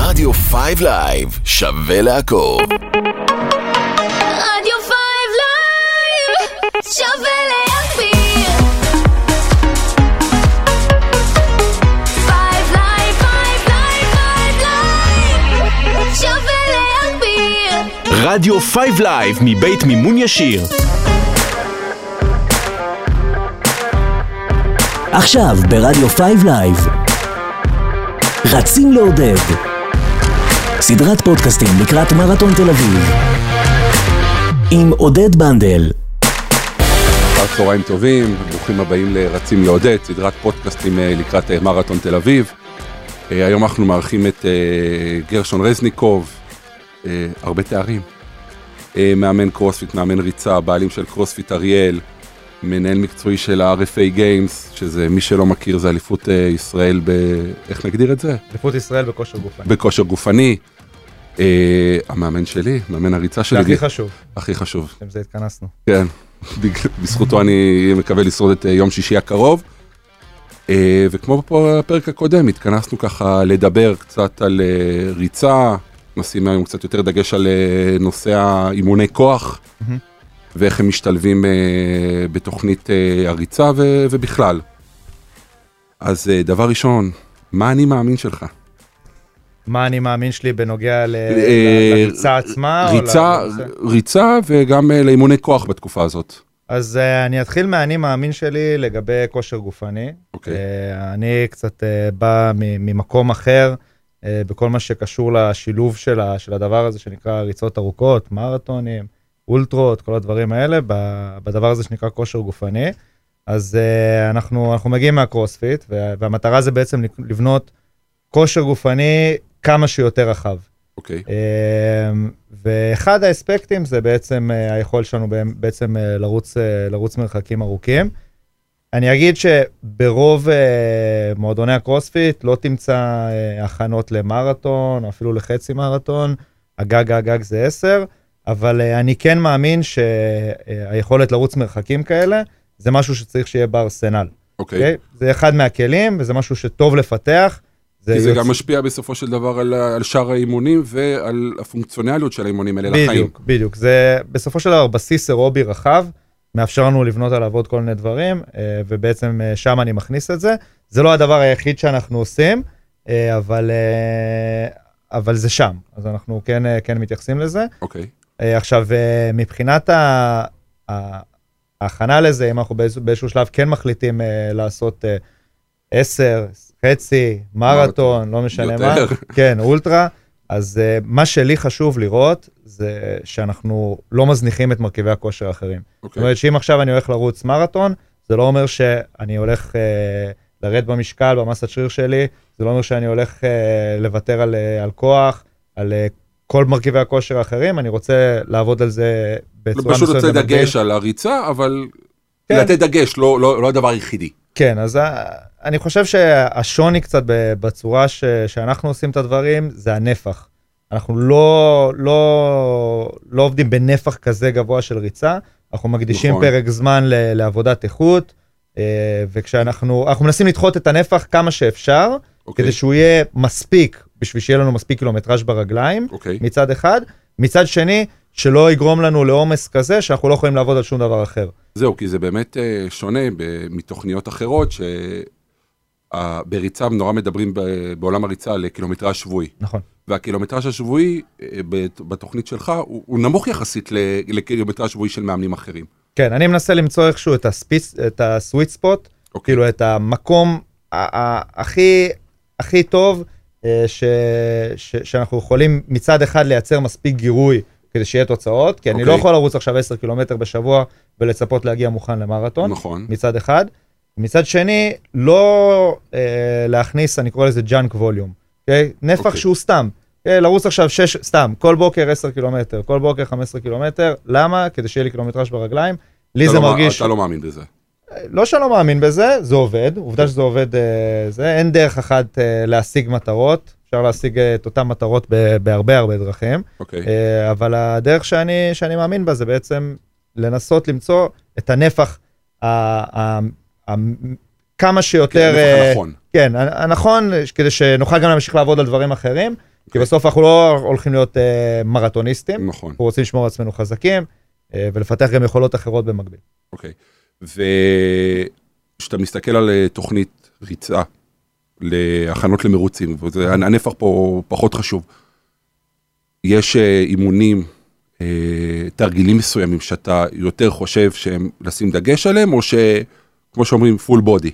רדיו 5 לייב, שווה לעקוב. רדיו 5 לייב, שווה להגביר. 5 לייב, 5 לייב, 5 לייב, שווה להגביר. רדיו 5 לייב מבית מימון ישיר. עכשיו ברדיו 5 לייב רצים לעודד, סדרת פודקאסטים לקראת מרתון תל אביב עם עודד בנדל. צהריים טובים, ברוכים הבאים לרצים לעודד, סדרת פודקאסטים לקראת מרתון תל אביב. היום אנחנו מארחים את גרשון רזניקוב, הרבה תארים, מאמן קרוספיט, מאמן ריצה, בעלים של קרוספיט אריאל, מנהל מקצועי של ה-RFA Games, שזה מי שלא מכיר, זה אליפות ישראל איך נגדיר את זה? אליפות ישראל בכושר גופני. בכושר גופני. המאמן שלי, מאמן הריצה שלי. זה הכי חשוב. הכי חשוב. עם זה התכנסנו. כן, בזכותו אני מקווה לשרוד את יום שישי הקרוב. וכמו בפרק הקודם, התכנסנו ככה לדבר קצת על ריצה, נשים היום קצת יותר דגש על נושא האימוני כוח, ואיך הם משתלבים בתוכנית הריצה ובכלל. אז דבר ראשון, מה אני מאמין שלך? מה אני מאמין שלי בנוגע לריצה עצמה? ריצה וגם לאימוני כוח בתקופה הזאת. אז אני אתחיל מהאני מאמין שלי לגבי כושר גופני. אני קצת בא ממקום אחר, בכל מה שקשור לשילוב של הדבר הזה שנקרא ריצות ארוכות, מרתונים, אולטרות, כל הדברים האלה, בדבר הזה שנקרא כושר גופני. אז אנחנו מגיעים מהקרוספיט, והמטרה זה בעצם לבנות כושר גופני כמה שיותר רחב. אוקיי. ואחד האספקטים זה בעצם היכולת שלנו בעצם לרוץ מרחקים ארוכים. אני אגיד שברוב מועדוני הקרוספיט לא תמצא הכנות למרתון, או אפילו לחצי מרתון, הגג זה 10, אבל אני כן מאמין שהיכולת לרוץ מרחקים כאלה, זה משהו שצריך שיהיה בארסנל. אוקיי. זה אחד מהכלים, וזה משהו שטוב לפתח. כי זה גם משפיע בסופו של דבר על שאר האימונים, ועל הפונקציונליות של האימונים האלה לחיים. בדיוק. זה בסופו של דבר בסיס אירובי רחב, מאפשר לנו לבנות עליו עוד כל מיני דברים, ובעצם שם אני מכניס את זה. זה לא הדבר היחיד שאנחנו עושים, אבל זה שם. אז אנחנו כן מתייחסים לזה. אוקיי. עכשיו, מבחינת ההכנה לזה, אם אנחנו באיזשהו שלב כן מחליטים לעשות 10, חצי, מרתון, לא משנה מה. כן, אולטרה. אז מה שלי חשוב לראות, זה שאנחנו לא מזניחים את מרכיבי הכושר האחרים. זאת אומרת שאם עכשיו אני הולך לרוץ מרתון, זה לא אומר שאני הולך לרד במשקל, במסת שריר שלי, זה לא אומר שאני הולך לוותר על כוח, על כל מרכיבי הכושר האחרים, אני רוצה לעבוד על זה בצורה פשוט רוצה דגש על הריצה, אבל לתת דגש, לא הדבר היחידי. כן, אז אני חושב שהשוני קצת בצורה שאנחנו עושים את הדברים, זה הנפח. אנחנו לא עובדים בנפח כזה גבוה של ריצה, אנחנו מקדישים פרק זמן לעבודת איכות, וכשאנחנו מנסים לדחות את הנפח כמה שאפשר, כדי שהוא יהיה מספיק, בשביל שיהיה לנו מספיק קילומטראז' ברגליים, מצד אחד, מצד שני, שלא יגרום לנו לעומס כזה, שאנחנו לא יכולים לעבוד על שום דבר אחר. זהו, כי זה באמת שונה מתוכניות אחרות, שבריצה נורא מדברים בעולם הריצה לקילומטראז' שבועי. נכון. והקילומטראז' השבועי בתוכנית שלך, הוא נמוך יחסית לקילומטראז' שבועי של מאמנים אחרים. כן, אני מנסה למצוא איכשהו את הסוויט ספוט, כאילו את המקום הכי טוב, שאנחנו יכולים מצד אחד לייצר מספיק גירוי, כדי שיהיה תוצאות, כי אני לא יכול לרוץ עכשיו 10 קילומטר בשבוע, ולצפות להגיע מוכן למרתון, מצד אחד. מצד שני, לא להכניס, אני קורא לזה ג'אנק ווליום, נפח שהוא סתם, לרוץ עכשיו סתם, כל בוקר 10 קילומטר, כל בוקר 15 קילומטר, למה? כדי שיהיה לי קילומטראז' ברגליים, לי זה מרגיש... אתה לא מאמין בזה. לא שלא מאמין בזה, זה עובד, עובדה שזה עובד, אין דרך אחת להשיג מטרות, אפשר להשיג את אותן מטרות בהרבה דרכים, אבל הדרך שאני מאמין בה זה בעצם לנסות למצוא את הנפח כמה שיותר... הנפח הנכון. כן, הנכון, כדי שנוכל גם להמשיך לעבוד על דברים אחרים, כי בסוף אנחנו לא הולכים להיות מרתוניסטים, נכון. אנחנו רוצים לשמור על עצמנו חזקים, ולפתח גם יכולות אחרות במקביל. אוקיי. ושאתה מסתכל על תוכנית ריצה, להכנות למרוצים, הנפח פה פחות חשוב. יש אימונים, תרגילים מסוימים שאתה יותר חושב שהם לשים דגש עליהם, או שכמו שאומרים, full body?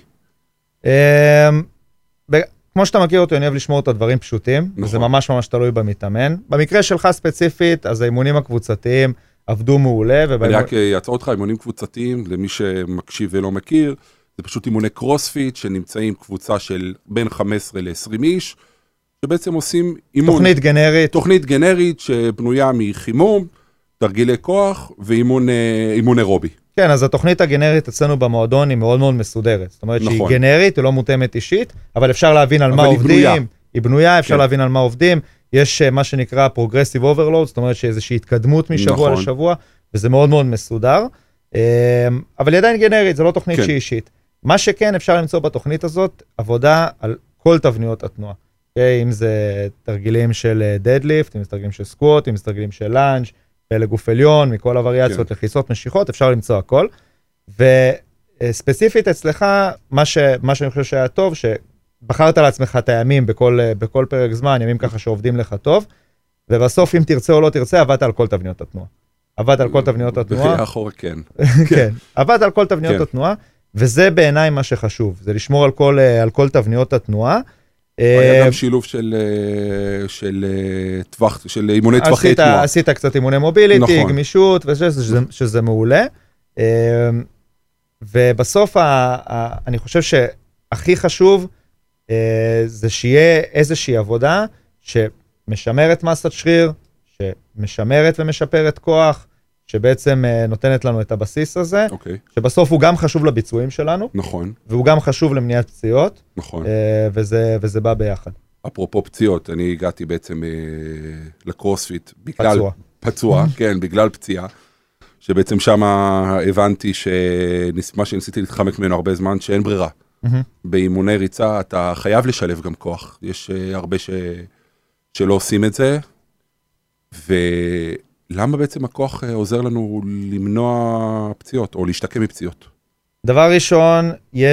כמו שאתה מכיר אותי, אני אוהב לשמור את הדברים פשוטים, זה ממש ממש תלוי במתאמן. במקרה שלך ספציפית, אז האימונים הקבוצתיים עבדו מעולה. אני רק אעצור אותך, אימונים קבוצתיים, למי שמקשיב ולא מכיר, זה פשוט אימוני קרוספיט, שנמצאים קבוצה של בין 15 ל-20 איש, שבעצם עושים אימון. תוכנית גנרית. תוכנית גנרית שבנויה מחימום, תרגילי כוח ואימון אירובי. כן, אז התוכנית הגנרית אצלנו במועדון היא מאוד מאוד מסודרת. זאת אומרת שהיא גנרית, היא לא מותאמת אישית, אבל אפשר להבין על מה עובדים. היא בנויה, אפשר להבין על מה עובדים. יש מה שנקרא Progressive Overload, זאת אומרת שאיזושהי התקדמות משבוע לשבוע, וזה מאוד מאוד מסודר. אבל היא עדיין גנרית, זה לא תוכנית שהיא אישית. מה שכן אפשר למצוא בתוכנית הזאת, עבודה על כל תבניות התנועה. אם זה תרגילים של דדליפט, אם זה תרגילים של סקווט, אם זה תרגילים של לאנג', לגוף עליון, מכל הווריאציות, לחיצות, משיכות, אפשר למצוא הכל. וספציפית אצלך, מה שאני חושב שהיה טוב, שבחרת לעצמך את הימים בכל פרק זמן, ימים ככה שעובדים לך טוב, ובסוף אם תרצה או לא תרצה, עבדת על כל תבניות התנועה. עבדת על כל תבניות התנועה. בחיי אחורה, כן. כן, עבדת על כל תבניות התנועה, וזה בעיניי מה שחשוב, זה לשמור על כל תבניות התנועה. היה גם שילוב של אימוני טווחי תנועה. עשית קצת אימוני מוביליטי, גמישות, שזה מעולה. ובסוף, אני חושב שהכי חשוב, זה שיהיה איזושהי עבודה שמשמרת מסת שריר, שמשמרת ומשפרת כוח, שבעצם נותנת לנו את הבסיס הזה, שבסוף הוא גם חשוב לביצועים שלנו, נכון. והוא גם חשוב למניעת פציעות, נכון. וזה בא ביחד. אפרופו פציעות, אני הגעתי בעצם לקרוספיט, בגלל פצוע, כן, בגלל פציעה, שבעצם שם הבנתי שמה שניסיתי להתחמק ממנו הרבה זמן, שאין ברירה. באימוני ריצה אתה חייב לשלב גם כוח, יש הרבה שלא עושים את זה, למה בעצם הכוח עוזר לנו למנוע פציעות, או להשתקם מפציעות? דבר ראשון,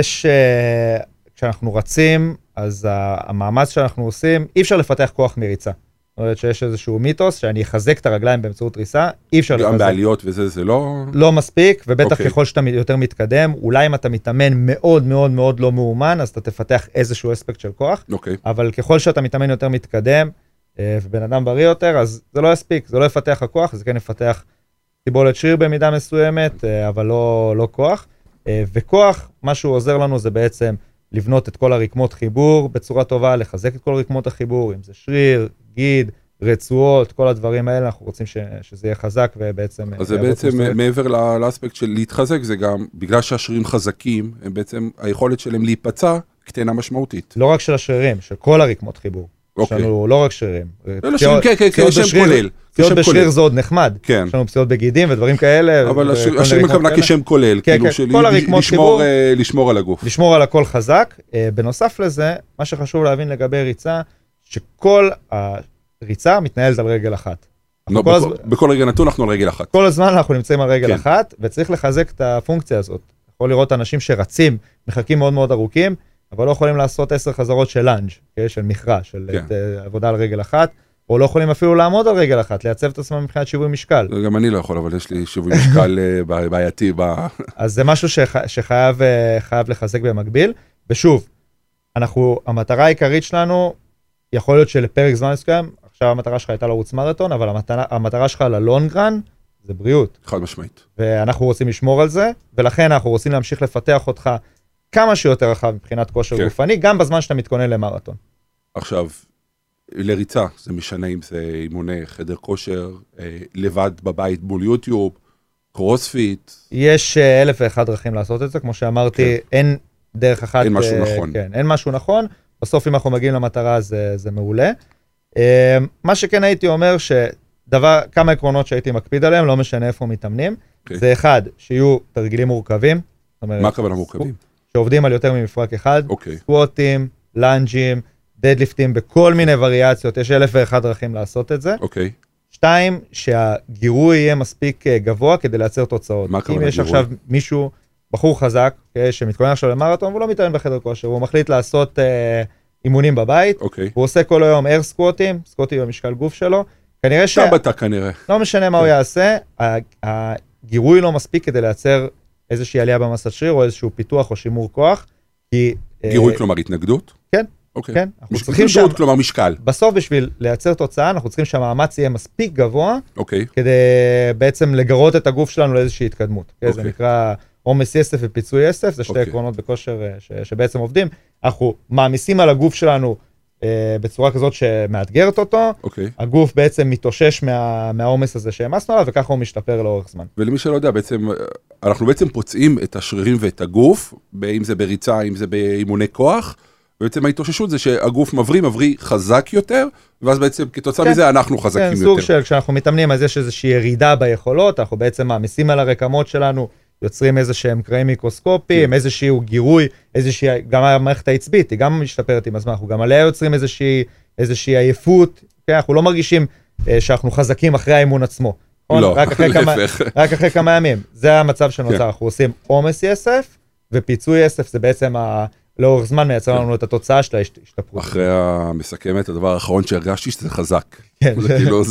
כשאנחנו רצים, אז המאמץ שאנחנו עושים, אי אפשר לפתח כוח מריצה. זאת אומרת שיש איזשהו מיתוס, שאני אחזק את הרגליים באמצעות ריצה, אי אפשר לפתח. גם בעליות וזה, זה לא... לא מספיק, ובטח ככל שאתה יותר מתקדם, אולי אם אתה מתאמן מאוד מאוד מאוד לא מאומן, אז אתה תפתח איזשהו אספקט של כוח, אבל ככל שאתה מתאמן יותר מתקדם, ובן אדם בריא יותר, אז זה לא יספיק, זה לא יפתח הכוח, זה כן יפתח סיבולת שריר במידה מסוימת, אבל לא כוח. וכוח, מה שהוא עוזר לנו זה בעצם לבנות את כל הרקמות חיבור בצורה טובה, לחזק את כל רקמות החיבור, אם זה שריר, גיד, רצועות, כל הדברים האלה, אנחנו רוצים שזה יהיה חזק ובעצם... אז זה בעצם מעבר לאספקט של להתחזק, זה גם, בגלל שהשרירים חזקים, הם בעצם, היכולת שלהם להיפצע קטנה משמעותית. לא רק של השרירים, של כל הרקמות חיבור. יש לנו לא רק שרירים. כשם כולל. פציעות בשריר זה עוד נחמד. יש לנו פציעות בגידים ודברים כאלה. אבל השרירים הכוונה כשם כולל. כל הרקמות חיבור. לשמור על הגוף. לשמור על הכל חזק. בנוסף לזה, מה שחשוב להבין לגבי ריצה, שכל הריצה מתנהלת על רגל אחת. בכל רגע נתון אנחנו על רגל אחת. כל הזמן אנחנו נמצאים על רגל אחת, וצריך לחזק את הפונקציה הזאת. יכול לראות אנשים שרצים, מחכים מאוד מאוד ארוכים, אבל לא יכולים לעשות 10 חזרות של לאנג', של מכרה, של עבודה על רגל אחת, או לא יכולים אפילו לעמוד על רגל אחת, לייצב את עצמם מבחינת שיווי משקל. גם אני לא יכול, אבל יש לי שיווי משקל בעייתי. אז זה משהו שחייב לחזק במקביל, ושוב, המטרה העיקרית שלנו, יכול להיות שלפרק זמן מסוים, עכשיו המטרה שלך הייתה לרוץ מרתון, אבל המטרה שלך ללונגרן, זה בריאות. חד משמעית. ואנחנו רוצים לשמור על זה, ולכן אנחנו רוצים להמשיך לפתח אותך כמה שיותר רחב מבחינת כושר גופני, גם בזמן שאתה מתכונן למרתון. עכשיו, לריצה, זה משנה אם זה אימוני חדר כושר, לבד בבית מול יוטיוב, קרוספיט. יש 1,001 דרכים לעשות את זה, כמו שאמרתי, אין דרך אחת. אין משהו נכון. כן, אין משהו נכון, בסוף אם אנחנו מגיעים למטרה זה מעולה. מה שכן הייתי אומר כמה עקרונות שהייתי מקפיד עליהם, לא משנה איפה מתאמנים, זה אחד, שיהיו תרגילים מורכבים. מה הכוונה מורכבים? שעובדים על יותר ממפרק אחד, סקווטים, לאנג'ים, דדליפטים בכל מיני וריאציות, יש 1,001 דרכים לעשות את זה. אוקיי. 2, שהגירוי יהיה מספיק גבוה כדי לייצר תוצאות. מה הכוונה אם יש גירוי? עכשיו מישהו, בחור חזק, שמתכונן עכשיו למרתון, והוא לא מתאמן בחדר כושר, הוא מחליט לעשות אימונים בבית, אוקיי. הוא עושה כל היום אייר סקווטים, סקווטים במשקל גוף שלו, כנראה שבתה כנראה. לא משנה מה הוא יעשה, הגירוי לא מספיק כדי לייצר איזושהי עלייה במסת שריר, או איזשהו פיתוח או שימור כוח, כי... גירוי כלומר התנגדות? כן. אוקיי. כן, אנחנו צריכים התנגדות כלומר משקל. בסוף בשביל לייצר תוצאה, אנחנו צריכים שהמאמץ יהיה מספיק גבוה, אוקיי. כדי בעצם לגרות את הגוף שלנו לאיזושהי התקדמות. זה נקרא עומס יסף ופיצוי יסף, זה שתי עקרונות בכושר שבעצם עובדים. אנחנו מעמיסים על הגוף שלנו בצורה כזאת שמאתגרת אותו, הגוף בעצם מתאושש מהעומס הזה שהעמסנו עליו, וככה הוא משתפר לאורך זמן. ולמי שלא יודע, אנחנו בעצם פוצעים את השרירים ואת הגוף, אם זה בריצה, אם זה באימוני כוח, ובעצם ההתאוששות זה שהגוף מבריא חזק יותר, ואז בעצם כתוצאה מזה אנחנו חזקים יותר. כן, סוג של כשאנחנו מתאמנים, אז יש איזושהי ירידה ביכולות, אנחנו בעצם מעמיסים על הרקמות שלנו, יוצרים איזשהם קרעים מיקרוסקופיים, איזשהו גירוי, גם המערכת העצבית, היא גם משתפרת עם הזמן, אנחנו גם עליה יוצרים איזושהי עייפות, אנחנו לא מרגישים שאנחנו חזקים אחרי האימון עצמו. לא, רק אחרי כמה ימים. זה המצב שנוצר, אנחנו עושים עומס יסף, ופיצוי יסף זה בעצם לאורך זמן מייצר לנו את התוצאה של ההשתפרות. אחרי המסכמת, הדבר האחרון שהרגשתי שזה חזק. זה כאילו,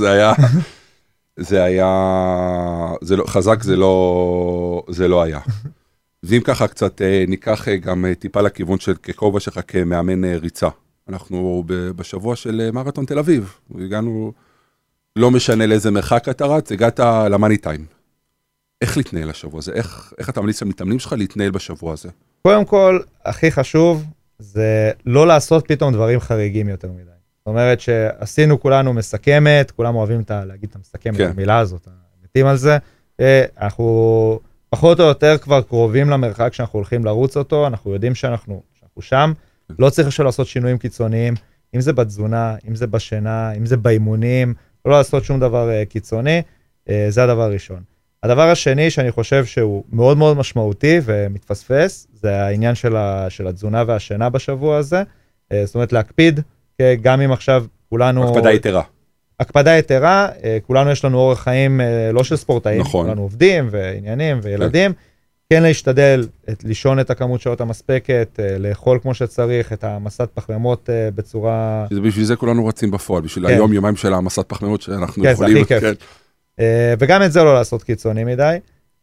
זה היה, חזק זה לא היה. ואם ככה קצת ניקח גם טיפה לכיוון של ככובע שלך כמאמן ריצה. אנחנו בשבוע של מרתון תל אביב, הגענו, לא משנה לאיזה מרחק אתה רץ, הגעת למאני טיים. איך להתנהל השבוע הזה? איך אתה ממליץ למתאמנים שלך להתנהל בשבוע הזה? קודם כל, הכי חשוב זה לא לעשות פתאום דברים חריגים יותר מדי. זאת אומרת שעשינו כולנו מסכמת, כולם אוהבים להגיד את המסכמת, כן. המילה הזאת, מתים על זה. אנחנו פחות או יותר כבר קרובים למרחק שאנחנו הולכים לרוץ אותו, אנחנו יודעים שאנחנו שם, לא צריך עכשיו לעשות שינויים קיצוניים, אם זה בתזונה, אם זה בשינה, אם זה באימונים, לא לעשות שום דבר קיצוני, זה הדבר הראשון. הדבר השני שאני חושב שהוא מאוד מאוד משמעותי ומתפספס, זה העניין של התזונה והשינה בשבוע הזה, זאת אומרת להקפיד, גם אם עכשיו כולנו... הקפדה יתרה. הקפדה יתרה, כולנו יש לנו אורח חיים לא של ספורטאים, נכון. כולנו עובדים ועניינים וילדים, כן להשתדל לישון את הכמות שעות המספקת, לאכול כמו שצריך, את המסת פחמימות בצורה... בשביל זה כולנו רצים בפועל, בשביל כן. היום יומיים של המסת פחמימות שאנחנו כן, יכולים... זה הכי כיף. וגם את זה לא לעשות קיצוני מדי,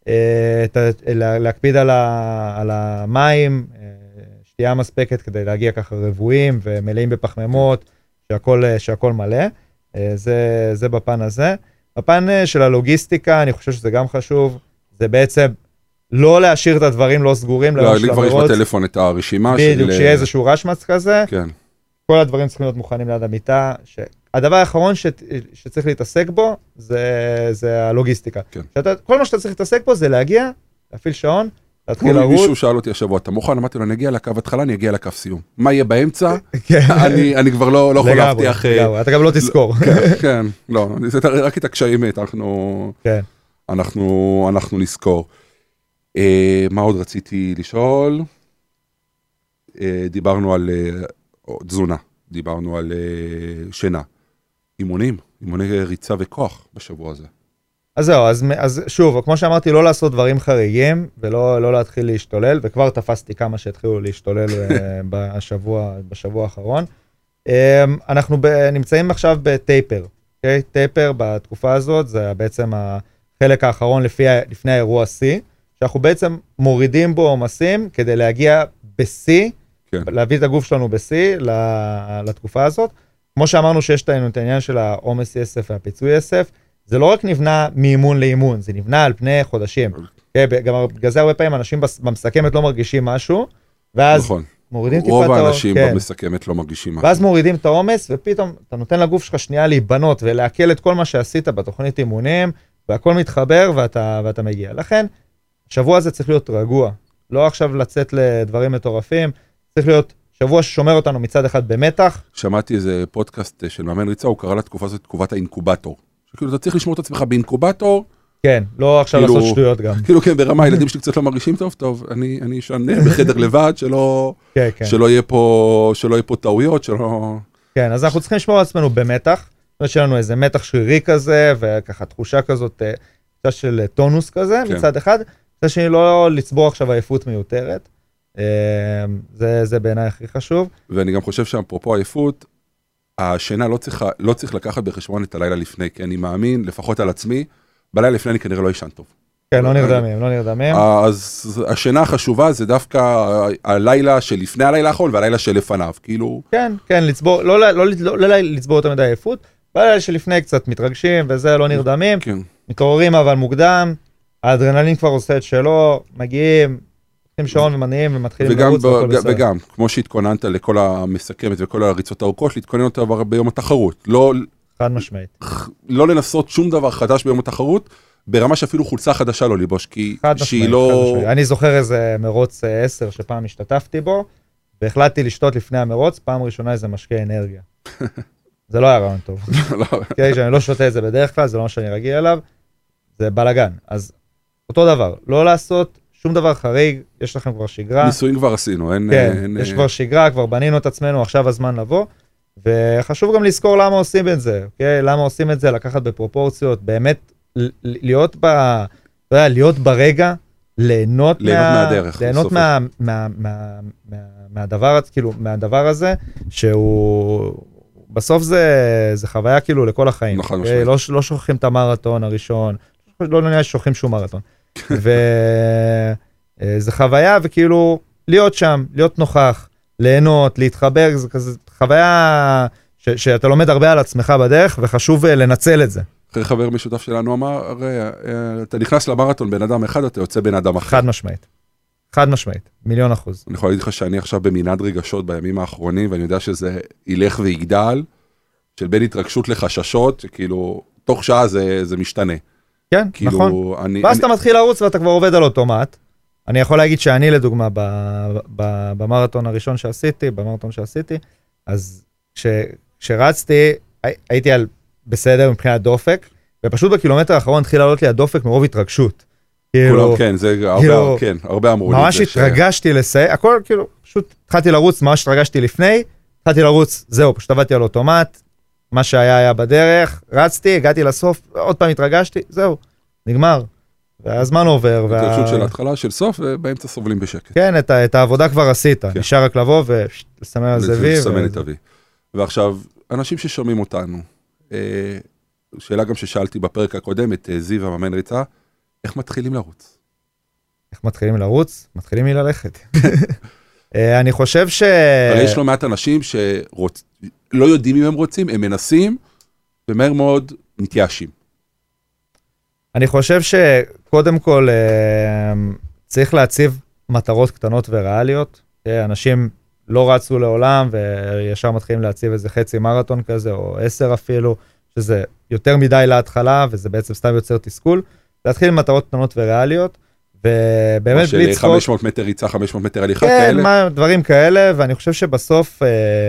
להקפיד על המים, שתייה מספקת כדי להגיע ככה רבועים ומלאים בפחמימות, שהכל מלא, זה בפן הזה. בפן של הלוגיסטיקה, אני חושב שזה גם חשוב, זה בעצם לא להשאיר את הדברים לא סגורים. לא, לי כבר יש בטלפון את הרשימה של... בדיוק, שיהיה איזשהו רשמץ כזה. כן. כל הדברים צריכים להיות מוכנים ליד המיטה. הדבר האחרון שצריך להתעסק בו, זה הלוגיסטיקה. כן. כל מה שאתה צריך להתעסק בו זה להגיע, להפעיל שעון, להתחיל לרוץ. מישהו שאל אותי השבוע, אתה מוכן? אמרתי לו, אני אגיע לקו התחלה, אני אגיע לקו סיום. מה יהיה באמצע? אני כבר לא יכול להבטיח... אתה גם לא תזכור. כן, לא, רק את הקשיים אנחנו נזכור. מה עוד רציתי לשאול? דיברנו על תזונה, דיברנו על שינה. אימוני ריצה וכוח בשבוע הזה. אז זהו, אז שוב, כמו שאמרתי, לא לעשות דברים חריגים, ולא להתחיל להשתולל, וכבר תפסתי כמה שהתחילו להשתולל בשבוע האחרון. אנחנו נמצאים עכשיו בטייפר, אוקיי? טייפר בתקופה הזאת, זה בעצם החלק האחרון לפני האירוע C, שאנחנו בעצם מורידים בו עומסים, כדי להגיע ב-C, כן. להביא את הגוף שלנו ב-C לתקופה הזאת. כמו שאמרנו שיש לנו את העניין של העומס יסף והפיצוי יסף, זה לא רק נבנה מאימון לאימון, זה נבנה על פני חודשים. גם בגלל זה הרבה פעמים אנשים במסכמת לא מרגישים משהו, ואז מורידים טיפה את רוב האנשים במסכמת לא מרגישים משהו. ואז מורידים את העומס, ופתאום אתה נותן לגוף שלך שנייה להיבנות, ולהקל את כל מה שעשית בתוכנית אימונים, והכל מתחבר ואתה מגיע. לכן, השבוע הזה צריך להיות רגוע. לא עכשיו לצאת לדברים מטורפים, צריך להיות שבוע ששומר אותנו מצד אחד במתח. שמעתי איזה פודקאסט של מאמן ריצה, הוא קרא לתקופה הזאת תקופת האינקובטור. שכאילו אתה צריך לשמור את עצמך באינקובטור, כן, לא עכשיו לעשות שטויות גם. כאילו כן, ברמה הילדים שלי קצת לא מרגישים טוב, אני אשן בחדר לבד, שלא יהיה פה טעויות, שלא... כן, אז אנחנו צריכים לשמור על עצמנו במתח, יש לנו איזה מתח שרירי כזה, וככה תחושה כזאת, תחושה של טונוס כזה, מצד אחד, זה שאני לא לצבור עכשיו עייפות מיותרת, זה בעיניי הכי חשוב. ואני גם חושב שאפרופו עייפות, השינה לא צריך לקחת בחשבון את הלילה לפני, כי אני מאמין, לפחות על עצמי, בלילה לפני אני כנראה לא ישן טוב. כן, לא נרדמים. אז השינה החשובה זה דווקא הלילה שלפני הלילה האחרון והלילה שלפניו, כאילו... כן, לא לצבור יותר מדי עייפות, בלילה שלפני קצת מתרגשים וזה לא נרדמים, מתעוררים אבל מוקדם, האדרנלין כבר עושה את שלו, מגיעים, עם שעון ומניעים ומתחילים לרוץ והכל בסדר. וגם, כמו שהתכוננת לכל המסכמת וכל הריצות הארוכות, להתכונן אותה ביום התחרות. חד משמעית. לא לנסות שום דבר חדש ביום התחרות, ברמה שאפילו חולצה חדשה לא ליבוש, כי שהיא לא... אני זוכר איזה מרוץ 10 שפעם השתתפתי בו, והחלטתי לשתות לפני המרוץ, פעם ראשונה איזה משקה אנרגיה. זה לא היה רעיון טוב. כי שאני לא שותה את זה בדרך כלל, זה לא מה שאני רגיל אליו, זה בלגן. אז אותו דבר, לא לעשות שום דבר חריג, יש לכם כבר שגרה. ניסויים כבר עשינו, אין... כן, יש כבר שגרה, כבר בנינו את עצמנו, עכשיו הזמן לבוא, וחשוב גם לזכור למה עושים את זה, אוקיי? למה עושים את זה, לקחת בפרופורציות, באמת להיות ברגע, ליהנות מהדרך. ליהנות מהדבר הזה, שהוא... בסוף זה חוויה כאילו לכל החיים. נכון, אוקיי? לא שוכחים את המרתון הראשון, לא נראה ששוכחים שום מרתון. וזה חוויה וכאילו להיות שם, להיות נוכח, ליהנות, להתחבר, זה כזה חוויה שאתה לומד הרבה על עצמך בדרך, וחשוב לנצל את זה. אחרי חבר משותף שלנו אמר, הרי אתה נכנס למרתון בן אדם אחד, אתה יוצא בן אדם אחר. חד משמעית, 1,000,000%. אני יכול להגיד לך שאני עכשיו במנעד רגשות בימים האחרונים, ואני יודע שזה ילך ויגדל, של בין התרגשות לחששות, שכאילו, תוך שעה זה משתנה. כן, נכון. ואז אתה מתחיל לרוץ ואתה כבר עובד על אוטומט. אני יכול להגיד שאני לדוגמה, במרתון הראשון שעשיתי, אז כשרצתי, הייתי בסדר מבחינת דופק, ופשוט בקילומטר האחרון התחיל לעלות לי הדופק מרוב התרגשות. כן, זה הרבה אמרו לי. ממש התרגשתי לסיים, הכל כאילו, פשוט התחלתי לרוץ, ממש התרגשתי לפני, התחלתי לרוץ, זהו, פשוט עבדתי על אוטומט, מה היה בדרך, רצתי, הגעתי לסוף, עוד פעם התרגשתי, זהו, נגמר. והזמן עובר. התרגשות של ההתחלה, של סוף, ובאמצע סובלים בשקט. כן, את העבודה כבר עשית, נשאר רק לבוא ולסמן על זה וי. לסמן את אבי. ועכשיו, אנשים ששומעים אותנו, שאלה גם ששאלתי בפרק הקודם, את זיו המאמן ריצה, איך מתחילים לרוץ? מתחילים מללכת. אני חושב אבל יש לא מעט אנשים שלא יודעים אם הם רוצים, הם מנסים, ומהר מאוד מתייאשים. אני חושב שקודם כל צריך להציב מטרות קטנות וריאליות. אנשים לא רצו לעולם וישר מתחילים להציב איזה חצי מרתון כזה, או 10 אפילו, שזה יותר מדי להתחלה, וזה בעצם סתם יוצר תסכול. להתחיל עם מטרות קטנות וריאליות, ובאמת בלי צחוק. 500 מטר ריצה, 500 מטר הליכה כאלה? כן, דברים כאלה, ואני חושב שבסוף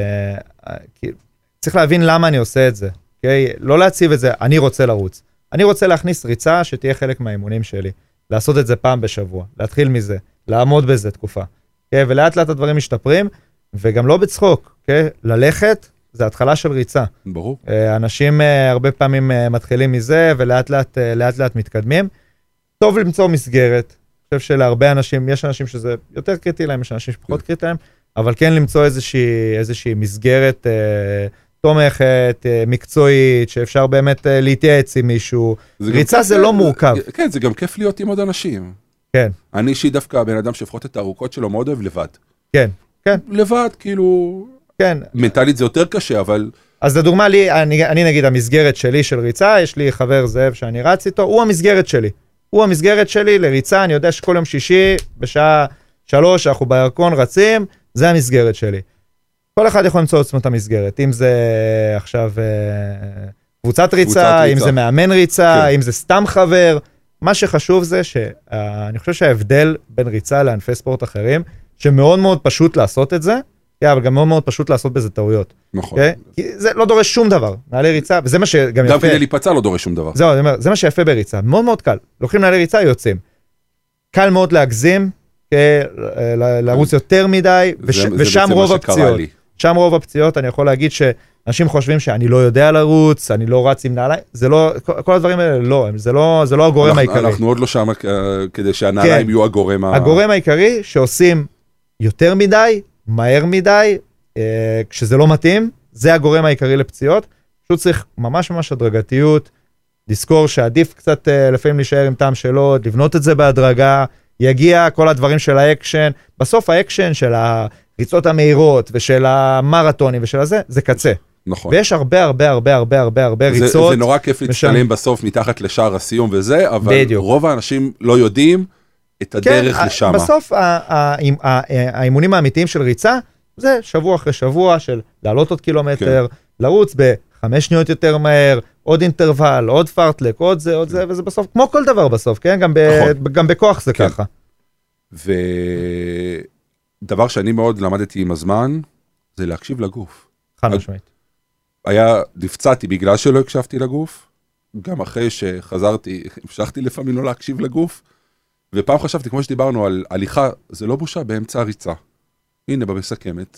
צריך להבין למה אני עושה את זה. לא להציב את זה, אני רוצה לרוץ. אני רוצה להכניס ריצה שתהיה חלק מהאימונים שלי. לעשות את זה פעם בשבוע, להתחיל מזה, לעמוד בזה תקופה. ולאט לאט הדברים משתפרים, וגם לא בצחוק. ללכת זה התחלה של ריצה. ברור. אנשים הרבה פעמים מתחילים מזה, ולאט לאט מתקדמים. טוב למצוא מסגרת. אני חושב שלהרבה אנשים, יש אנשים שזה יותר קריטי להם, יש אנשים שפחות קריטי להם, אבל כן למצוא איזושהי מסגרת תומכת, מקצועית, שאפשר באמת להתייעץ עם מישהו. ריצה זה לא מורכב. כן, זה גם כיף להיות עם עוד אנשים. כן. אני אישי דווקא הבן אדם שהפחות את הארוכות שלו מאוד אוהב לבד. כן, כן. לבד, כאילו... כן. מנטלית זה יותר קשה, אבל... אז לדוגמה לי, אני נגיד המסגרת שלי של ריצה, יש לי חבר זאב שאני רץ איתו, הוא המסגרת שלי. הוא המסגרת שלי לריצה, אני יודע שכל יום שישי, בשעה 3, אנחנו בירקון רצים, זה המסגרת שלי. כל אחד יכול למצוא עצמו את המסגרת, אם זה עכשיו קבוצת ריצה, אם זה מאמן ריצה, אם זה סתם חבר, מה שחשוב זה שאני חושב שההבדל בין ריצה לענפי ספורט אחרים, שמאוד מאוד פשוט לעשות את זה, אבל גם מאוד מאוד פשוט לעשות בזה טעויות. נכון. כי זה לא דורש שום דבר, נעלי ריצה, וזה מה שגם יפה. גם כדי להיפצע לא דורש שום דבר. זהו, זה מה שיפה בריצה, מאוד מאוד קל. לוקחים נעלי ריצה, יוצאים. קל מאוד להגזים, לרוץ יותר מדי, ושם רוב הפציעות. שם רוב הפציעות, אני יכול להגיד שאנשים חושבים שאני לא יודע לרוץ, אני לא רץ עם נעליים, זה לא, כל הדברים האלה לא, זה לא הגורם העיקרי. אנחנו עוד לא שם כדי שהנעליים יהיו הגורם הגורם העיקרי שעושים יותר מדי, מהר מדי, כשזה לא מתאים, זה הגורם העיקרי לפציעות. פשוט צריך ממש ממש הדרגתיות, לזכור שעדיף קצת לפעמים להישאר עם טעם שלו, לבנות את זה בהדרגה, יגיע כל הדברים של האקשן, בסוף האקשן של הריצות המהירות ושל המרתונים ושל הזה, זה קצה. נכון. ויש הרבה ריצות. זה נורא כיף להצטלם בסוף מתחת לשער הסיום וזה, אבל בדיוק. רוב האנשים לא יודעים את הדרך כן, לשם. בסוף האימונים האמיתיים של ריצה, זה שבוע אחרי שבוע של לעלות עוד קילומטר, כן. לרוץ ב5 שניות יותר מהר, עוד אינטרוול, עוד פרטלק, עוד זה, וזה בסוף, כמו כל דבר בסוף, כן? גם בכוח זה ככה. ודבר שאני מאוד למדתי עם הזמן, זה להקשיב לגוף. חד משמעית. נפצעתי בגלל שלא הקשבתי לגוף, גם אחרי שחזרתי, המשכתי לפעמים לא להקשיב לגוף, ופעם חשבתי, כמו שדיברנו על הליכה, זה לא בושה באמצע הריצה. הנה במסכמת,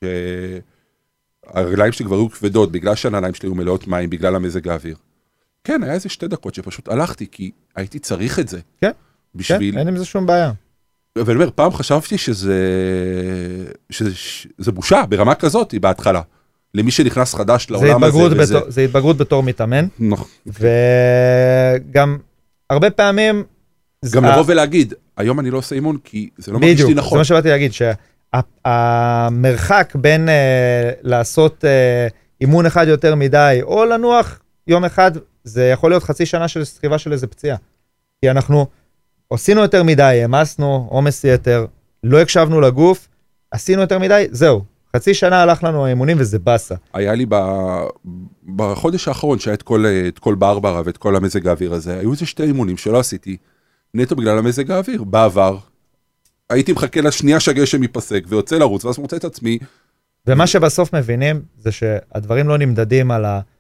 הרגליים שלי כבר היו כבדות, בגלל שהנעליים שלי היו מלאות מים, בגלל המזג האוויר. כן, היה איזה 2 דקות שפשוט הלכתי, כי הייתי צריך את זה. כן, בשביל... כן, אין עם זה שום בעיה. ואני אומר, פעם חשבתי שזה בושה, ברמה כזאת, בהתחלה. למי שנכנס חדש לעולם הזה. זה התבגרות בתור מתאמן. נכון. וגם הרבה פעמים... גם לבוא ולהגיד, היום אני לא עושה אימון, כי זה לא מרגיש לי נכון. זה מה שבאתי להגיד, המרחק בין לעשות אימון אחד יותר מדי, או לנוח יום אחד, זה יכול להיות חצי שנה של סחיבה של איזה פציעה. כי אנחנו עשינו יותר מדי, המסנו, עומס יתר, לא הקשבנו לגוף, עשינו יותר מדי, זהו. חצי שנה הלך לנו האימונים וזה בסה. היה לי בחודש האחרון שהיה את כל ברברה ואת כל המזג האוויר הזה, היו איזה 2 אימונים שלא עשיתי, נטו בגלל המזג האוויר, בעבר. הייתי מחכה לשנייה שהגשם ייפסק, ויוצא לרוץ, ואז מוצא את עצמי. ומה שבסוף מבינים, זה שהדברים לא נמדדים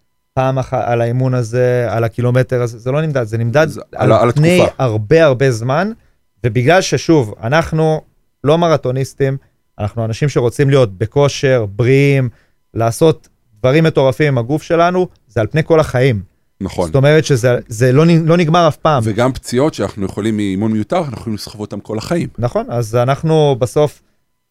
על האימון הזה, על הקילומטר הזה, זה לא נמדד, זה נמדד על פני הרבה זמן, ובגלל ששוב, אנחנו לא מרתוניסטים, אנחנו אנשים שרוצים להיות בכושר, בריאים, לעשות דברים מטורפים עם הגוף שלנו, זה על פני כל החיים. נכון. זאת אומרת שזה לא נגמר אף פעם. וגם פציעות שאנחנו יכולים מאימון מיותר, אנחנו יכולים לסחוב אותם כל החיים. נכון, אז אנחנו בסוף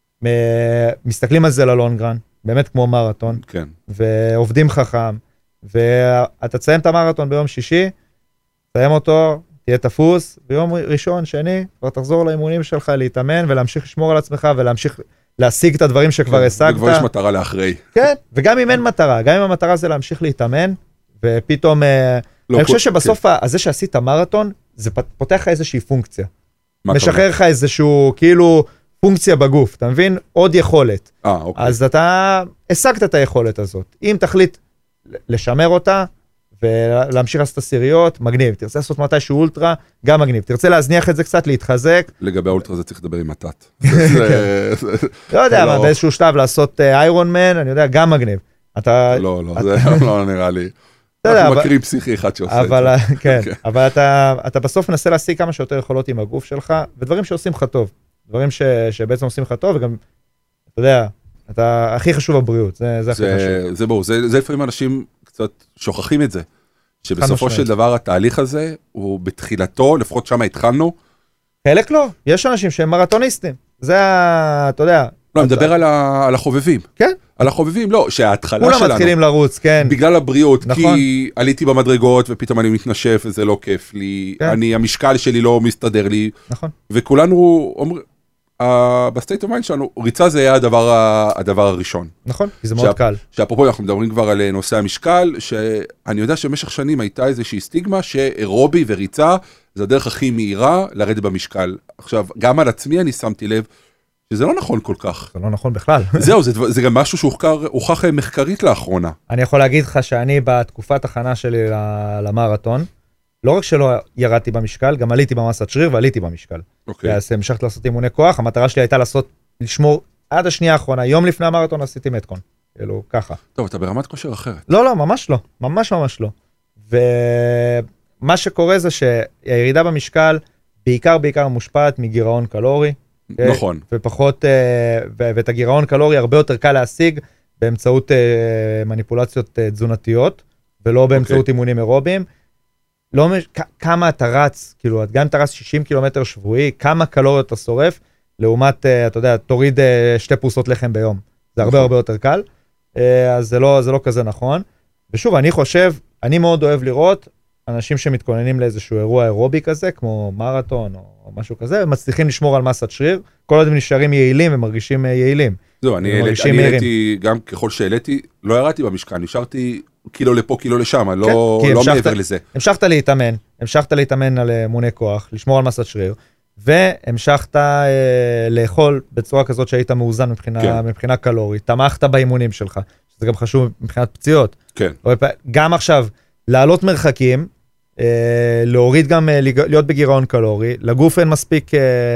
מסתכלים על זה ללונגרן, באמת כמו מרתון, כן. ועובדים חכם, ואתה תסיים את המרתון ביום שישי, תסיים אותו, תהיה תפוס, ביום ראשון, שני, כבר תחזור לאימונים שלך, להתאמן, ולהמשיך לשמור על עצמך, ולהמשיך להשיג את הדברים שכבר השגת. וכבר יש מטרה לאחרי. כן, וגם אם אין מטרה, גם אם המטרה זה להמשיך להתאמן, ופתאום, אני חושב שבסוף, הזה שעשית מרתון, זה פותח לך איזושהי פונקציה. משחרר לך איזשהו, כאילו, פונקציה בגוף, אתה מבין? עוד יכולת. אוקיי. אז אתה השגת את היכולת הזאת. אם תחליט לשמר אותה, ולהמשיך לעשות הסיריות, מגניב. תרצה לעשות מתישהו אולטרה, גם מגניב. תרצה להזניח את זה קצת, להתחזק. לגבי האולטרה זה צריך לדבר עם מתת. לא יודע, אבל באיזשהו שלב לעשות איירון מן, אני יודע, גם מגניב. לא, זה לא נראה לי. אנחנו מכירים פסיכי אחד שעושה את זה. כן, אבל אתה בסוף מנסה להשיג כמה שיותר יכולות עם הגוף שלך, ודברים שעושים לך טוב. דברים שבעצם עושים לך טוב, וגם, אתה יודע, אתה הכי חשוב הבריאות, זה הכי חשוב. זה ברור, זה לפעמים אנשים קצת שוכחים את זה, שבסופו של דבר התהליך הזה, הוא בתחילתו, לפחות שם התחלנו. חלק לא, יש אנשים שהם מרתוניסטים, זה, אתה יודע. לא, אני מדבר על החובבים. כן. על החובבים, לא, שההתחלה שלנו. כולם מתחילים לרוץ, כן. בגלל הבריאות, כי עליתי במדרגות, ופתאום אני מתנשף, וזה לא כיף לי, המשקל שלי לא מסתדר לי. נכון. וכולנו אומרים, בסטייט אוף מיינד שלנו, ריצה זה היה הדבר הראשון. נכון, כי זה מאוד קל. שאפרופו אנחנו מדברים כבר על נושא המשקל, שאני יודע שבמשך שנים הייתה איזושהי סטיגמה, שאירובי וריצה, זה הדרך הכי מהירה לרדת במשקל. עכשיו, גם על עצמי אני שמתי לב, שזה לא נכון כל כך. זה לא נכון בכלל. זהו, זה גם משהו שהוכח מחקרית לאחרונה. אני יכול להגיד לך שאני בתקופת הכנה שלי למרתון, לא רק שלא ירדתי במשקל, גם עליתי במסת שריר ועליתי במשקל. אוקיי. אז המשכתי לעשות אימוני כוח, המטרה שלי הייתה לשמור עד השנייה האחרונה, יום לפני המרתון עשיתי מתקון, כאילו, ככה. טוב, אתה ברמת כושר אחרת. לא, ממש לא, ממש לא. ומה שקורה זה שהירידה במשקל, בעיקר מושפעת מגירעון קלורי. נכון. ופחות, ואת הגירעון קלורי הרבה יותר קל להשיג באמצעות מניפולציות תזונתיות, ולא באמצעות אימונים אירוביים. כמה אתה רץ, כאילו, גם אם אתה רץ 60 קילומטר שבועי, כמה קלוריות אתה שורף, לעומת, אתה יודע, תוריד 2 פרוסות לחם ביום. זה הרבה יותר קל, אז זה לא כזה נכון. ושוב, אני מאוד אוהב לראות אנשים שמתכוננים לאיזשהו אירוע אירובי כזה, כמו מרתון או משהו כזה, מצליחים לשמור על מסת שריר, כל עוד הם נשארים יעילים ומרגישים יעילים. זהו, אני העליתי, גם ככל שהעליתי, לא ירדתי במשקל, נשארתי קילו לפה, קילו לשם, לא מעבר לזה. המשכת להתאמן על מוני כוח, לשמור על מסת שריר, והמשכת לאכול בצורה כזאת שהיית מאוזן מבחינה קלורית, תמכת באימונים שלך, שזה גם חשוב מבחינת פציעות. כן. גם עכשיו, לעלות מרחקים, להוריד גם, להיות בגירעון קלורי, לגוף אין מספיק...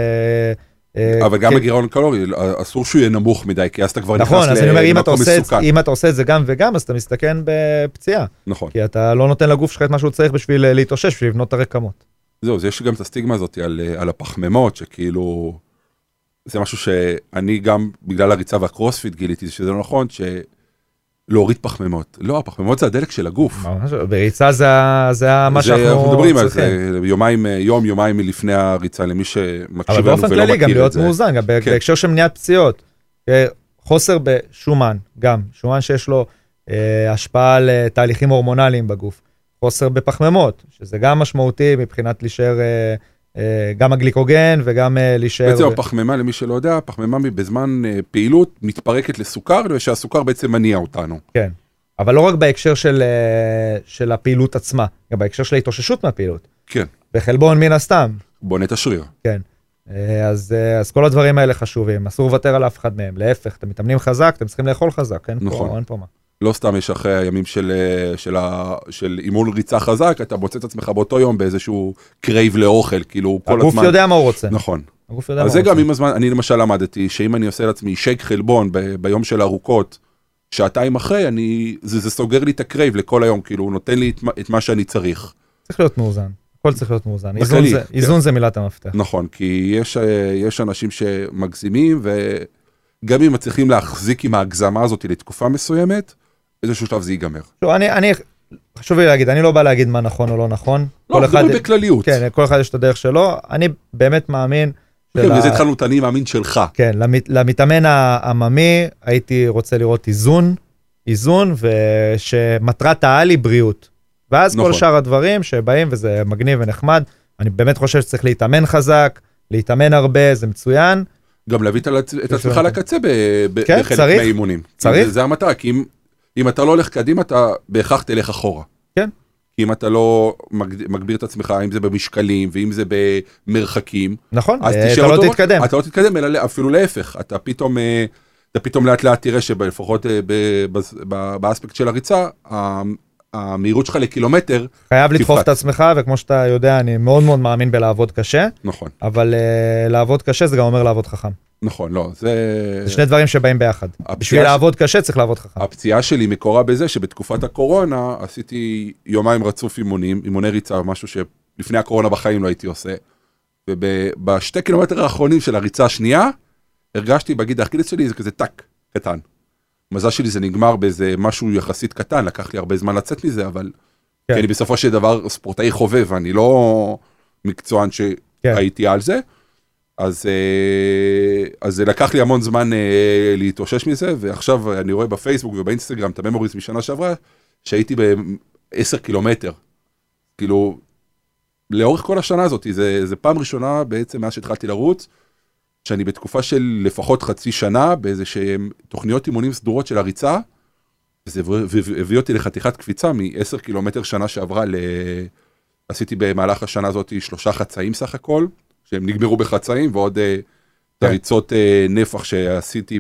אבל גם בגירעון קלורי, אסור שהוא יהיה נמוך מדי, כי אז אתה כבר נכנס למקום מסוכן. נכון, אם אתה עושה את זה גם וגם, אז אתה מסתכן בפציעה. נכון. כי אתה לא נותן לגוף שלך את מה שהוא צריך בשביל להתאושש, בשביל לבנות את הרקמות. זהו, יש גם את הסטיגמה הזאת על הפחמימות, שכאילו, זה משהו שאני גם, בגלל הריצה והקרוספיט גיליתי, שזה לא נכון, להוריד פחמימות. לא, הפחמימות זה הדלק של הגוף. בריצה זה מה שאנחנו אנחנו מדברים על זה, יומיים לפני הריצה, למי שמקשיב לנו ולא מכיר את זה. אבל באופן כללי גם להיות מאוזן, גם בהקשר של מניעת פציעות. חוסר בשומן, גם שומן שיש לו השפעה על תהליכים הורמונליים בגוף. חוסר בפחמימות, שזה גם משמעותי מבחינת להישאר גם הגליקוגן וגם להישאר... בעצם הפחמימה, למי שלא יודע, הפחמימה בזמן פעילות מתפרקת לסוכר, ושהסוכר בעצם מניע אותנו. כן, אבל לא רק בהקשר של הפעילות עצמה, גם בהקשר של ההתאוששות מהפעילות. כן. בחלבון מן הסתם. בונה את השריר. כן. אז כל הדברים האלה חשובים, אסור לוותר על אף אחד מהם, להפך, אתם מתאמנים חזק, אתם צריכים לאכול חזק, נכון. אין פה מה. לא סתם יש אחרי הימים של אימון ריצה חזק, אתה מוצא את עצמך באותו יום באיזשהו קרייב לאוכל, כאילו כל הזמן. הגוף יודע מה הוא רוצה. נכון. אז זה גם עם הזמן, אני למשל למדתי, שאם אני עושה לעצמי שייק חלבון ביום של ארוכות, שעתיים אחרי, זה סוגר לי את הקרייב לכל היום, כאילו הוא נותן לי את מה שאני צריך. צריך להיות מאוזן. הכל צריך להיות מאוזן. איזון זה מילת המפתח. נכון, כי יש אנשים שמגזימים, וגם אם מצליחים להחזיק עם ההגזמה הזאת לתקופה מסוימת, איזשהו שלב זה ייגמר. חשוב לי להגיד, אני לא בא להגיד מה נכון או לא נכון. לא, זה בכלליות. כן, כל אחד יש את הדרך שלו. אני באמת מאמין... כן, וזה התחלנו את אני מאמין שלך. כן, למתאמן העממי הייתי רוצה לראות איזון, ושמטרת העל היא בריאות. ואז כל שאר הדברים שבאים, וזה מגניב ונחמד, אני באמת חושב שצריך להתאמן חזק, להתאמן הרבה, זה מצוין. גם להביא את עצמך לקצה בחלק מהאימונים. צריך. זה המטרה, כי אם אתה לא הולך קדימה, אתה בהכרח תלך אחורה. כן. כי אם אתה לא מגביר את עצמך, אם זה במשקלים, ואם זה במרחקים. נכון, אתה לא תתקדם. אתה לא תתקדם, אלא אפילו להפך. אתה פתאום לאט לאט תראה שלפחות באספקט של הריצה, המהירות שלך לקילומטר. חייב לדחוף את עצמך, וכמו שאתה יודע, אני מאוד מאוד מאמין בלעבוד קשה. נכון. אבל לעבוד קשה זה גם אומר לעבוד חכם. נכון, לא, זה שני דברים שבאים ביחד. בשביל לעבוד קשה צריך לעבוד חכם. הפציעה שלי מקורה בזה שבתקופת הקורונה עשיתי יומיים רצוף אימוני ריצה, משהו שלפני הקורונה בחיים לא הייתי עושה. ובשתי קילומטר האחרונים של הריצה השנייה, הרגשתי בגיד האכילס שלי זה כזה טק, קטן. מזל שלי זה נגמר באיזה משהו יחסית קטן, לקח לי הרבה זמן לצאת מזה, אבל כי אני בסופו של דבר ספורטאי חובב, ואני לא מקצוען שהייתי על זה. אז זה לקח לי המון זמן להתאושש מזה, ועכשיו אני רואה בפייסבוק ובאינסטגרם את הממוריז משנה שעברה, שהייתי ב10 קילומטר. כאילו, לאורך כל השנה הזאת, זה פעם ראשונה בעצם מאז שהתחלתי לרוץ, שאני בתקופה של לפחות חצי שנה, באיזה שהן תוכניות אימונים סדורות של הריצה, וזה הביא אותי לחתיכת קפיצה מ10 קילומטר שנה שעברה, עשיתי במהלך השנה הזאת 3 חצאים סך הכל, שהם נגמרו בחצאים, ועוד תריצות נפח שעשיתי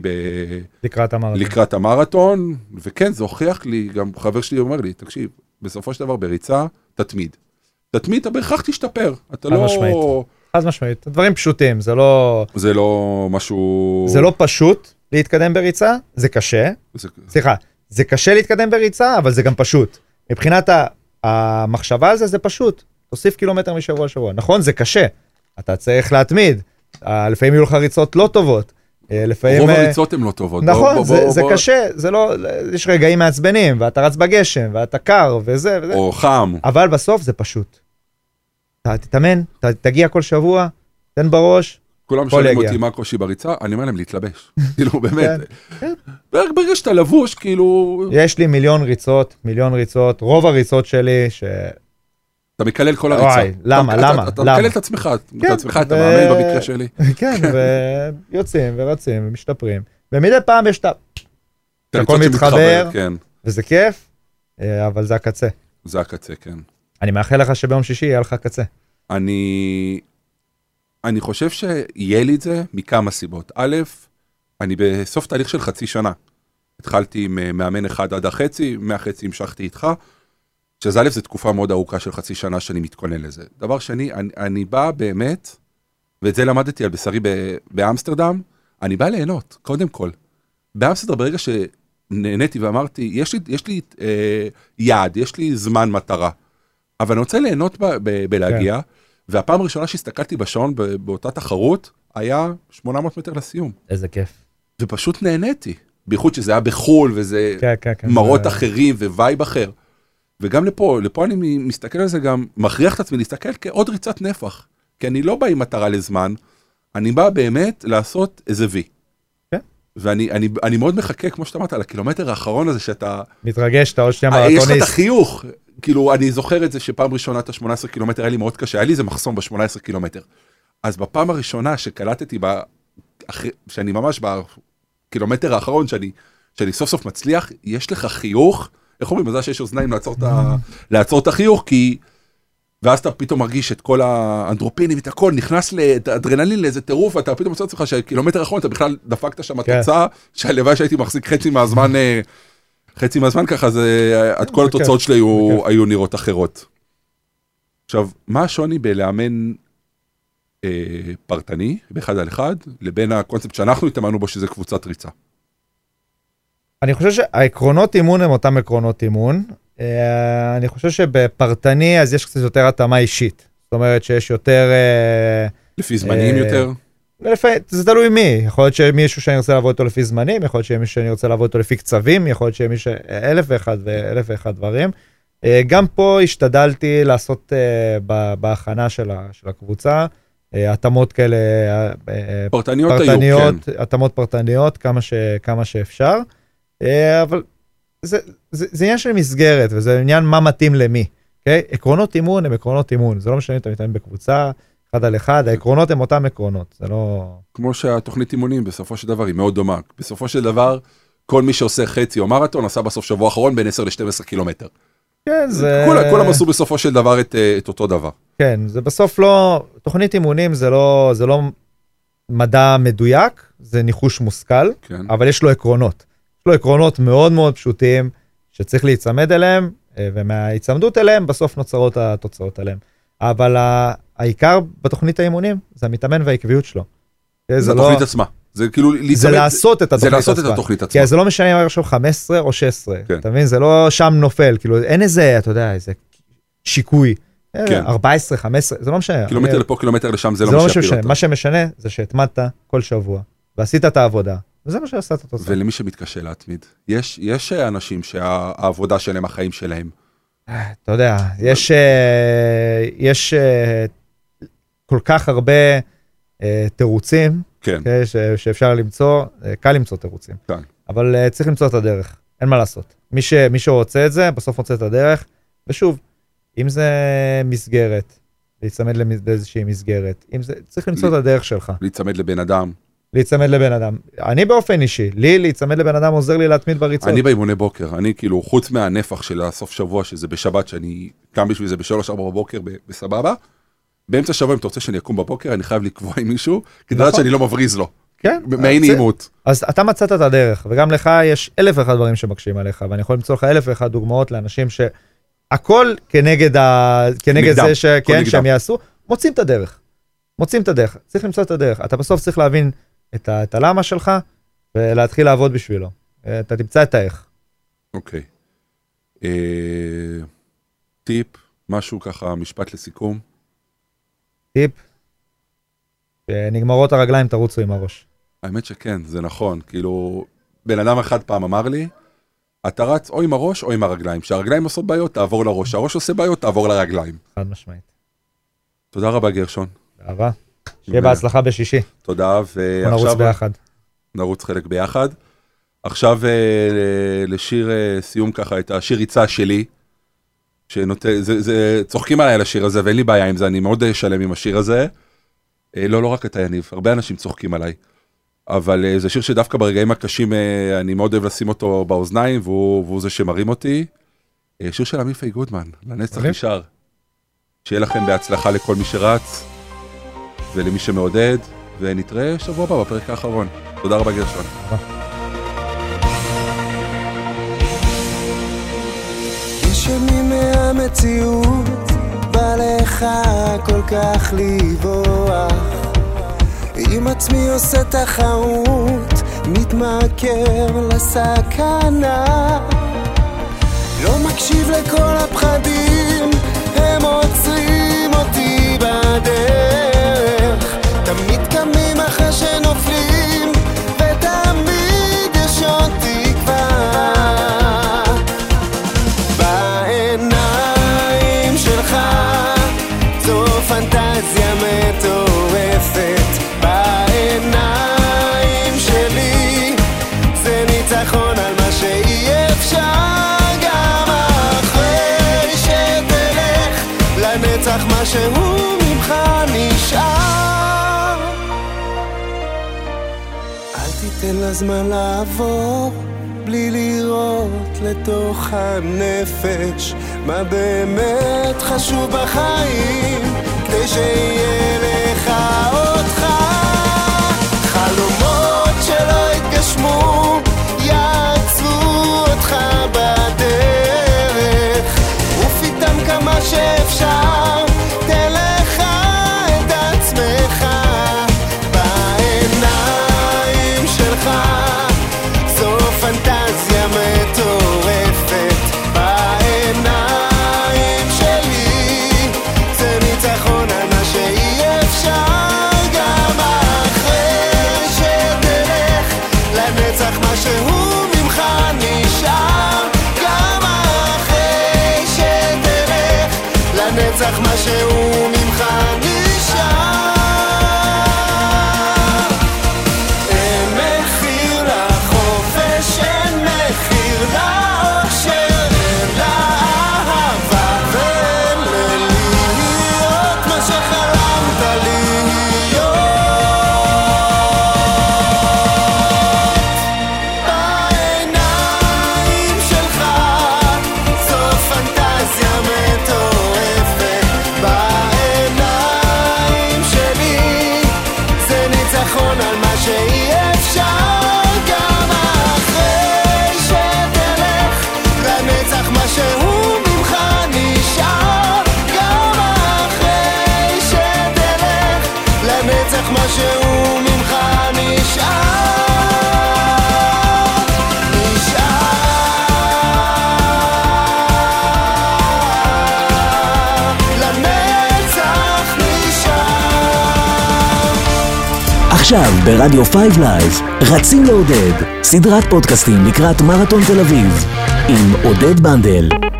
לקראת המרתון, וכן, זה הוכיח לי, גם חבר שלי אומר לי, תקשיב, בסופו של דבר בריצה, תתמיד, אתה בהכרח תשתפר, אתה לא... חד משמעית, דברים פשוטים, זה לא... זה לא משהו... זה לא פשוט, להתקדם בריצה, זה קשה. סליחה, זה קשה להתקדם בריצה, אבל זה גם פשוט. מבחינת המחשבה על זה, זה פשוט. תוסיף קילומטר משבוע לשבוע. נכון, זה קשה. אתה צריך להתמיד. לפעמים יהיו לך ריצות לא טובות. רוב הריצות הן לא טובות. נכון, זה קשה. זה לא, יש רגעים מעצבנים, ואתה רץ בגשם, ואתה קר, וזה. או חם. אבל בסוף זה פשוט. אתה תתאמן, תגיע כל שבוע, תן בראש. כולם שואלים אותי מה הקושי בריצה, אני אומר להם להתלבש. כאילו, באמת. ברגע שאתה לבוש, כאילו... יש לי מיליון ריצות, רוב הריצות שלי אתה מקלל כל הריצה. למה? אתה מקלל את עצמך, אתה מאמן במקרה שלי. כן, ויוצאים ורצים ומשתפרים. ומדי פעם יש את הכל מתחבר, וזה כיף, אבל זה הקצה. זה הקצה, כן. אני מאחל לך שביום שישי יהיה לך קצה. אני חושב שיהיה לי את זה מכמה סיבות. א', אני בסוף תהליך של חצי שנה. התחלתי עם מאמן אחד עד החצי, מהחצי המשכתי איתך, שזה א', זו תקופה מאוד ארוכה של חצי שנה שאני מתכונן לזה. דבר שני, אני בא באמת, ואת זה למדתי על בשרי באמסטרדם, אני בא ליהנות, קודם כל. באמסטרדם, ברגע שנהניתי ואמרתי, יש לי יעד, יש לי זמן מטרה, אבל אני רוצה ליהנות בלהגיע, והפעם הראשונה שהסתכלתי בשעון באותה תחרות, היה 800 מטר לסיום. איזה כיף. ופשוט נהניתי, בייחוד שזה היה בחול, וזה מראות אחרים ווייב אחר. וגם לפה אני מסתכל על זה גם, מכריח את עצמי להסתכל כעוד ריצת נפח, כי אני לא בא עם מטרה לזמן, אני בא באמת לעשות איזה וי. ואני מאוד מחכה, כמו שאתה אמרת, על הקילומטר האחרון הזה שאתה... מתרגש, אתה עוד שנייה מרתוניסט. יש לך את החיוך, כאילו אני זוכר את זה שפעם ראשונה את ה-18 קילומטר, היה לי מאוד קשה, היה לי איזה מחסום ב-18 קילומטר. אז בפעם הראשונה שקלטתי, שאני ממש בקילומטר האחרון, שאני סוף סוף מצליח, יש לך חיוך, איך אומרים, מזל שיש אוזניים לעצור את החיוך, כי... ואז אתה פתאום מרגיש את כל האנדרופינים, את הכל, נכנס לאדרנלין לאיזה טירוף, ואתה פתאום מצא עצמך שקילומטר האחרון, אתה בכלל דפקת שם התוצאה, שהלוואי שהייתי מחזיק חצי מהזמן ככה, עד כל התוצאות שלי היו נראות אחרות. עכשיו, מה השוני בלאמן פרטני, באחד על אחד, לבין הקונספט שאנחנו התאמנו בו, שזה קבוצת ריצה? אני חושב שהעקרונות אימון הם אותם עקרונות אימון. אני חושב שבפרטני אז יש קצת יותר התאמה אישית. זאת אומרת שיש יותר... לפי זמנים יותר? זה תלוי מי. יכול להיות שמישהו שאני רוצה לעבוד אותו לפי זמנים, יכול להיות שמישהו שאני רוצה לעבוד אותו לפי קצבים, יכול להיות שמישהו... 1,001 דברים. גם פה השתדלתי לעשות בהכנה של הקבוצה, התאמות כאלה... פרטניות היו, כן. התאמות פרטניות, כמה שאפשר. אבל זה עניין של מסגרת, וזה עניין מה מתאים למי. עקרונות אימון הם עקרונות אימון, זה לא משנה אם אתה מתאמן בקבוצה, אחד על אחד, העקרונות הם אותם עקרונות, זה לא... כמו שהתוכנית אימונים בסופו של דבר היא מאוד דומה. בסופו של דבר, כל מי שעושה חצי או מרתון, עשה בסוף שבוע האחרון בין 10 ל-12 קילומטר. כן, זה... כולם עשו בסופו של דבר את אותו דבר. כן, זה בסוף לא... תוכנית אימונים זה לא מדע מדויק, זה ניחוש מושכל, אבל יש לו עקרונות. יש לו עקרונות מאוד מאוד פשוטים, שצריך להיצמד אליהם, ומההיצמדות אליהם, בסוף נוצרות התוצאות אליהם. אבל העיקר בתוכנית האימונים, זה המתאמן והעקביות שלו. זה התוכנית עצמה. זה כאילו... זה לעשות את התוכנית עצמה. כי זה לא משנה אם עכשיו 15 או 16. אתה מבין? זה לא שם נופל. כאילו, אין איזה, אתה יודע, איזה שיקוי. 14, 15, זה לא משנה. קילומטר לפה, קילומטר לשם, זה לא משנה. מה שמשנה זה שהתמדת כל שבוע, ועשית את העבודה. וזה מה שעשת את התוצאה. ולמי שמתקשה להתמיד, יש אנשים שהעבודה שלהם, החיים שלהם. אתה יודע, יש כל כך הרבה תירוצים, שאפשר למצוא, קל למצוא תירוצים. אבל צריך למצוא את הדרך, אין מה לעשות. מי שרוצה את זה, בסוף רוצה את הדרך, ושוב, אם זה מסגרת, להצמד באיזושהי מסגרת, צריך למצוא את הדרך שלך. להצמד לבן אדם. להצמד לבן אדם. אני באופן אישי, להצמד לבן אדם עוזר לי להתמיד בריצות. אני באימוני בוקר, אני כאילו, חוץ מהנפח של הסוף שבוע, שזה בשבת, שאני קם בשביל זה ב3-4 בבוקר בסבבה, באמצע שבוע, אם אתה רוצה שאני אקום בבוקר, אני חייב לקבוע עם מישהו, כדי לדעת שאני לא מבריז לו. כן. מעין אימות. אז אתה מצאת את הדרך, וגם לך יש 1,001 דברים שמקשים עליך, ואני יכול למצוא לך 1,001 דוגמאות לאנשים שהכל כנגד זה שהם יעשו, מוצאים את הדרך. צריך למצוא את הדרך. אתה בסוף צריך להבין את הלמה שלך, ולהתחיל לעבוד בשבילו. אתה תמצא את האיך. אוקיי. טיפ, משהו ככה, משפט לסיכום. טיפ, נגמרות הרגליים, תרוצו עם הראש. האמת שכן, זה נכון. כאילו, בן אדם אחד פעם אמר לי, אתה רץ או עם הראש או עם הרגליים. כשהרגליים עושות בעיות, תעבור לראש. הראש עושה בעיות, תעבור לרגליים. חד משמעית. תודה רבה, גרשון. אהבה. שיהיה בהצלחה בשישי. תודה, נרוץ ביחד. נרוץ חלק ביחד. עכשיו לשיר סיום ככה, את השיר ריצה שלי, צוחקים עליי על השיר הזה, ואין לי בעיה עם זה, אני מאוד שלם עם השיר הזה. לא רק את היניב, הרבה אנשים צוחקים עליי. אבל זה שיר שדווקא ברגעים הקשים, אני מאוד אוהב לשים אותו באוזניים, והוא זה שמרים אותי. שיר של עמיפי גודמן, לנצח נשאר. שיהיה לכם בהצלחה לכל מי שרץ, ולמי שמעודד, ונתראה שבוע הבא בפרק האחרון. תודה רבה גרשון. גשמי מהמציאות, בא לך כל כך לבוח, עם עצמי עושה תחרות, מתמכר לסכנה, לא מקשיב לכל הפחדים, הם עוצרים אותי בדרך, תמיד קמים אחרי שנופלים, ותמיד יש עוד תקווה. בעיניים שלך זו פנטזיה מטורפת, בעיניים שלי זה ניצחון על מה שאי אפשר, גם אחרי שתלך לנצח משהו ממך נשאר. אל תיתן לזמן לעבור בלי לראות לתוך הנפש מה באמת חשוב בחיים, כדי שיהיה לך אותך. חלומות שלא התגשמו יעצרו אותך בדרך, ופתאום כמה שאפשר תן לך את עצמך. בעיניים שלך זו פנטזיה מטורפת, בעיניים שלי זה ניצחון על מה שאי אפשר, גם אחרי שתלך לנצח משהו ממך נשאר, גם אחרי שתלך לנצח משהו ממך נשאר. אין מחיר לחופש, אין מחיר לאושר, אין לאהבה ואין ללהיות מה שחלמת להיות. בעיניים שלך זו פנטזיה מטורפת, בעיניים שלי זה ניצחון על מה שאי אפשר, גם אחרי שתלך לנצח משהו ממך נשאר, גם אחרי שתלך לנצח משהו ממך נשאר. לנצח נשאר. עכשיו ברדיו 5 לייב, רצים לעודד, סדרת פודקאסטים לקראת מרתון תל אביב, עם עודד בנדל.